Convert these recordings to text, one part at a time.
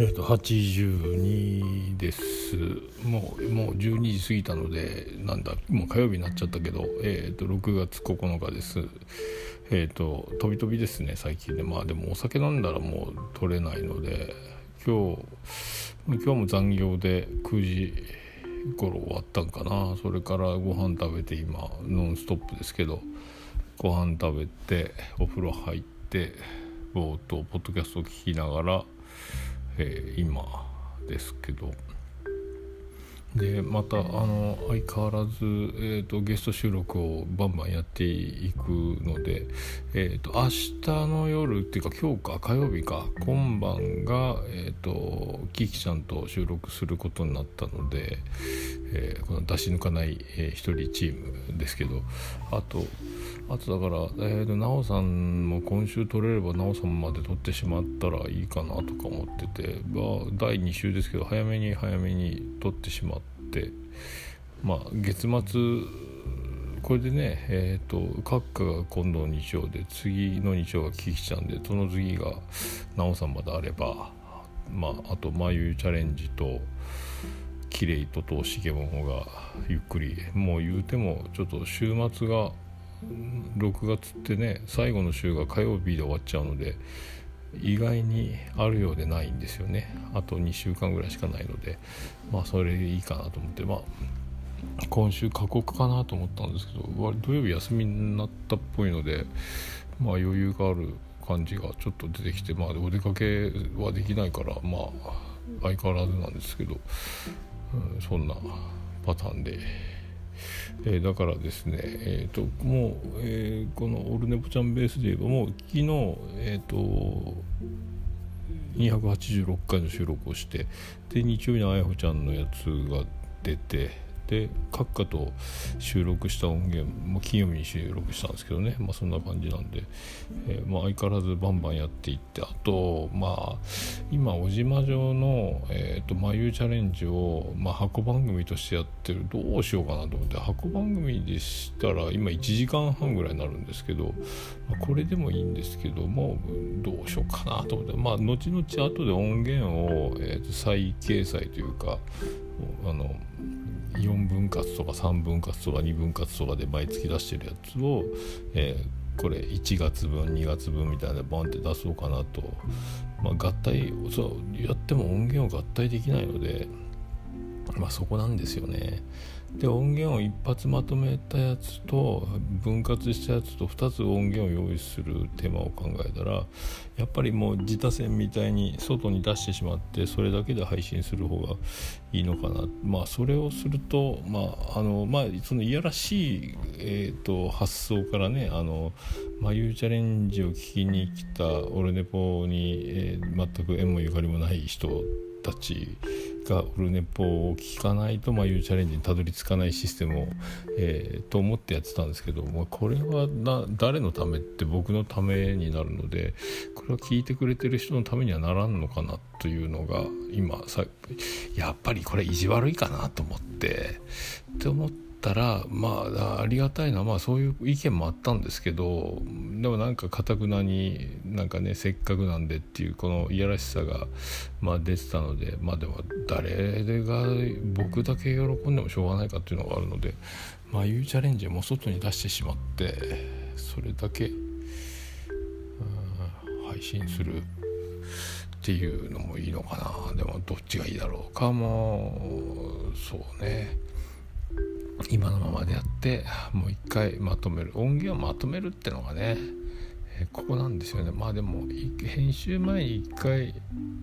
82です。もう12時過ぎたので、もう火曜日になっちゃったけど、6月9日です。飛び飛びですね、最近で。でもお酒飲んだらもう取れないので、今日も残業で9時頃終わったんかな。それからご飯食べて、今ノンストップですけど、ご飯食べてお風呂入ってぼーっとポッドキャストを聞きながら、今ですけど、でまた相変わらず、ゲスト収録をバンバンやっていくので、明日の夜っていうか今日か火曜日か今晩が、キキちゃんと収録することになったので、この出し抜かない、一人チームですけど、あとだから、なおさんも今週取れればなおさんまで取ってしまったらいいかなとか思ってて、第2週ですけど早めに取ってしまって、月末これでね、閣下が今度の日曜で、次の日曜がキキちゃんで、その次がなおさんまであれば、あとまゆチャレンジとキレイととしげももがゆっくり、もう言うてもちょっと週末が6月ってね、最後の週が火曜日で終わっちゃうので、意外にあるようでないんですよね。あと2週間ぐらいしかないので、それでいいかなと思って、今週過酷かなと思ったんですけど、土曜日休みになったっぽいので、余裕がある感じがちょっと出てきて、お出かけはできないから、相変わらずなんですけど、そんなパターンで、だからですね、もう、このオルネポちゃんベースで言えば、もう昨日、286回の収録をして、で日曜日のあやほちゃんのやつが出て、で閣下と収録した音源も金曜日に収録したんですけどね、そんな感じなんで、相変わらずバンバンやっていって、あと今小島城のまゆチャレンジを、箱番組としてやってる。どうしようかなと思って、箱番組でしたら今1時間半ぐらいになるんですけど、これでもいいんですけども、どうしようかなと思って、後々後で音源を、再掲載というか、4分割とか3分割とか2分割とかで毎月出してるやつを、これ1月分2月分みたいなバンって出そうかなと。合体やっても音源を合体できないので、そこなんですよね。で音源を一発まとめたやつと分割したやつと2つ音源を用意する手間を考えたら、やっぱりもう自他線みたいに外に出してしまって、それだけで配信する方がいいのかな。それをするとそのいやらしい、発想からね、まゆチャレンジを聞きに来たオルネポに、全く縁もゆかりもない人たちがオルネポを聞かないとまゆチャレンジにたどり着かないシステムを、と思ってやってたんですけど、これは誰のためって僕のためになるので、これは聞いてくれてる人のためにはならんのかなというのがやっぱりこれ意地悪いかなと思ってたら、ありがたいのは、そういう意見もあったんですけど、でも堅くなにせっかくなんでっていうこのいやらしさが出てたので、でも誰が僕だけ喜んでもしょうがないかっていうのがあるので、いうチャレンジをもう外に出してしまって、それだけ配信するっていうのもいいのかな。でもどっちがいいだろうか。そうね、今のままでやってもう一回まとめる、音源をまとめるってのがね、ここなんですよね。でも編集前に一回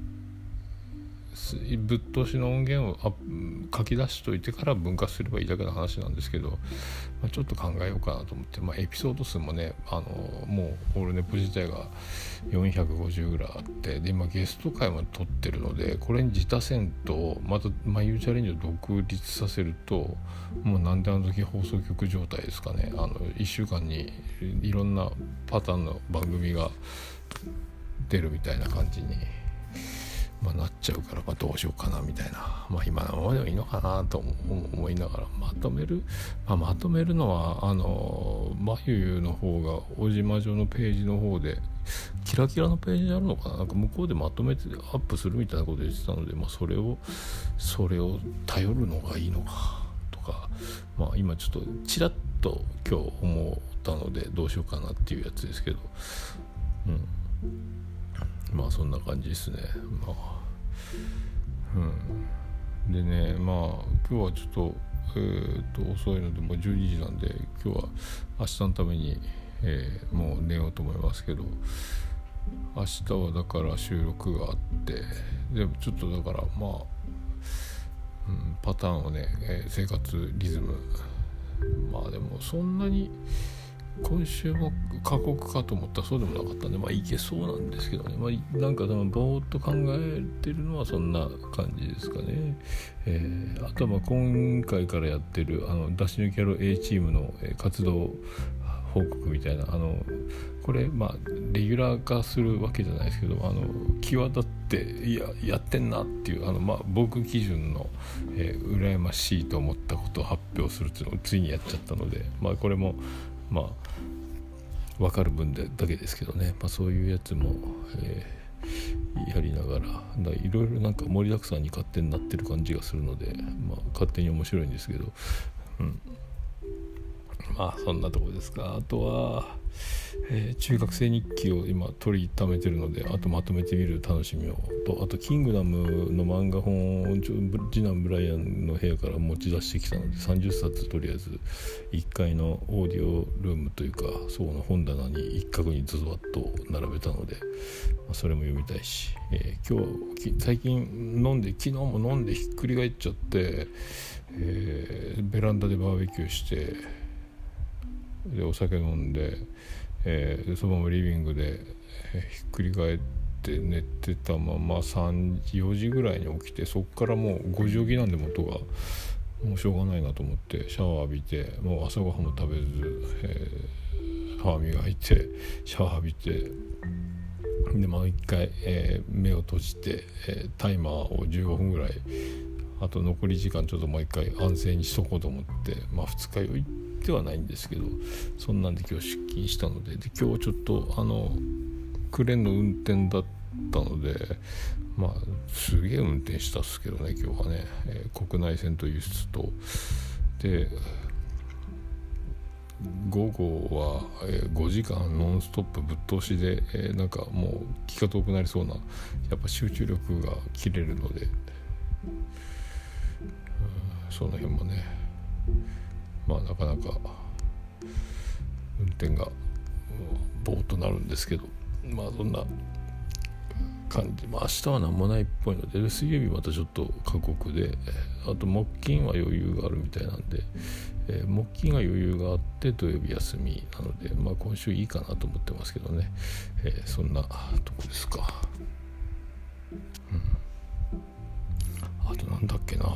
ぶっ通しの音源を書き出しといてから分割すればいいだけの話なんですけど、ちょっと考えようかなと思って、エピソード数もね、もうオルネポ自体が450ぐらいあって、で今ゲスト会も撮ってるので、これに自他線とまたまゆチャレンジを独立させると、もうなんであの時放送局状態ですかね。1週間にいろんなパターンの番組が出るみたいな感じになっちゃうから、どうしようかなみたいな、今のままでもいいのかなと思いながらまとめるのはまゆの方が小島城のページの方でキラキラのページあるのかな、なんか向こうでまとめてアップするみたいなこと言ってたので、それを頼るのがいいのかとか、今ちょっとちらっと今日思ったのでどうしようかなっていうやつですけど、そんな感じですね。でね、今日はちょっと遅いのでもう12時なんで、今日は明日のために、もう寝ようと思いますけど、明日はだから収録があって、でもちょっとだからパターンをね、生活リズムでもそんなに今週も過酷かと思ったらそうでもなかったんで、いけそうなんですけどね、なんかぼーっと考えてるのはそんな感じですかね。あとは今回からやってる出し抜き野郎 A チームの活動報告みたいな、これレギュラー化するわけじゃないですけど、際立ってやってんなっていう、僕基準の、羨ましいと思ったことを発表するっていうのをついにやっちゃったので、これも分かる分だけですけどね、そういうやつも、やりながらいろいろなんか盛りだくさんに勝手になってる感じがするので、勝手に面白いんですけど、そんなとこですか。あとは、中学生日記を今取りためてるので、あとまとめてみる楽しみをと、あとキングダムの漫画本を次男ブライアンの部屋から持ち出してきたので30冊とりあえず1階のオーディオルームというかそこの本棚に一角にズワッと並べたので、それも読みたいし、今日最近昨日も飲んでひっくり返っちゃって、ベランダでバーベキューしてでお酒飲んで、そのままリビングで、ひっくり返って寝てたまま3時4時ぐらいに起きて、そっからもう5時起きなんで元がもうしょうがないなと思ってシャワー浴びて、もう朝ごはんも食べず、歯磨いてシャワー浴びてで一回、目を閉じて、タイマーを15分ぐらい、あと残り時間ちょっともう一回安静にしとこうと思って、二日酔いではないんですけど、そんなんで今日出勤したので、今日ちょっとクレーンの運転だったので、すげえ運転したっすけどね今日はね、国内線と輸出とで、午後は、5時間ノンストップぶっ通しで、なんかもう気が遠くなりそうな、やっぱ集中力が切れるので、その辺もねなかなか運転がボーっとなるんですけど、そんな感じ。明日は何もないっぽいので、水曜日またちょっと過酷で、あと木金は余裕があるみたいなんで、木金が余裕があって土曜日休みなので、今週いいかなと思ってますけどね、そんなとこですか。あとなんだっけな、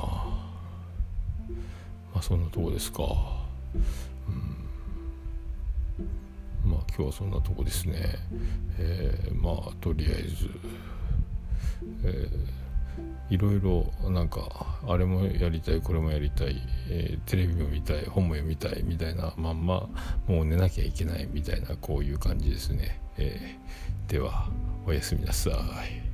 そんなとこですか。今日はそんなとこですね。とりあえず、いろいろなんかあれもやりたいこれもやりたい、テレビも見たい本も読みたいみたいなもう寝なきゃいけないみたいなこういう感じですね。ではおやすみなさい。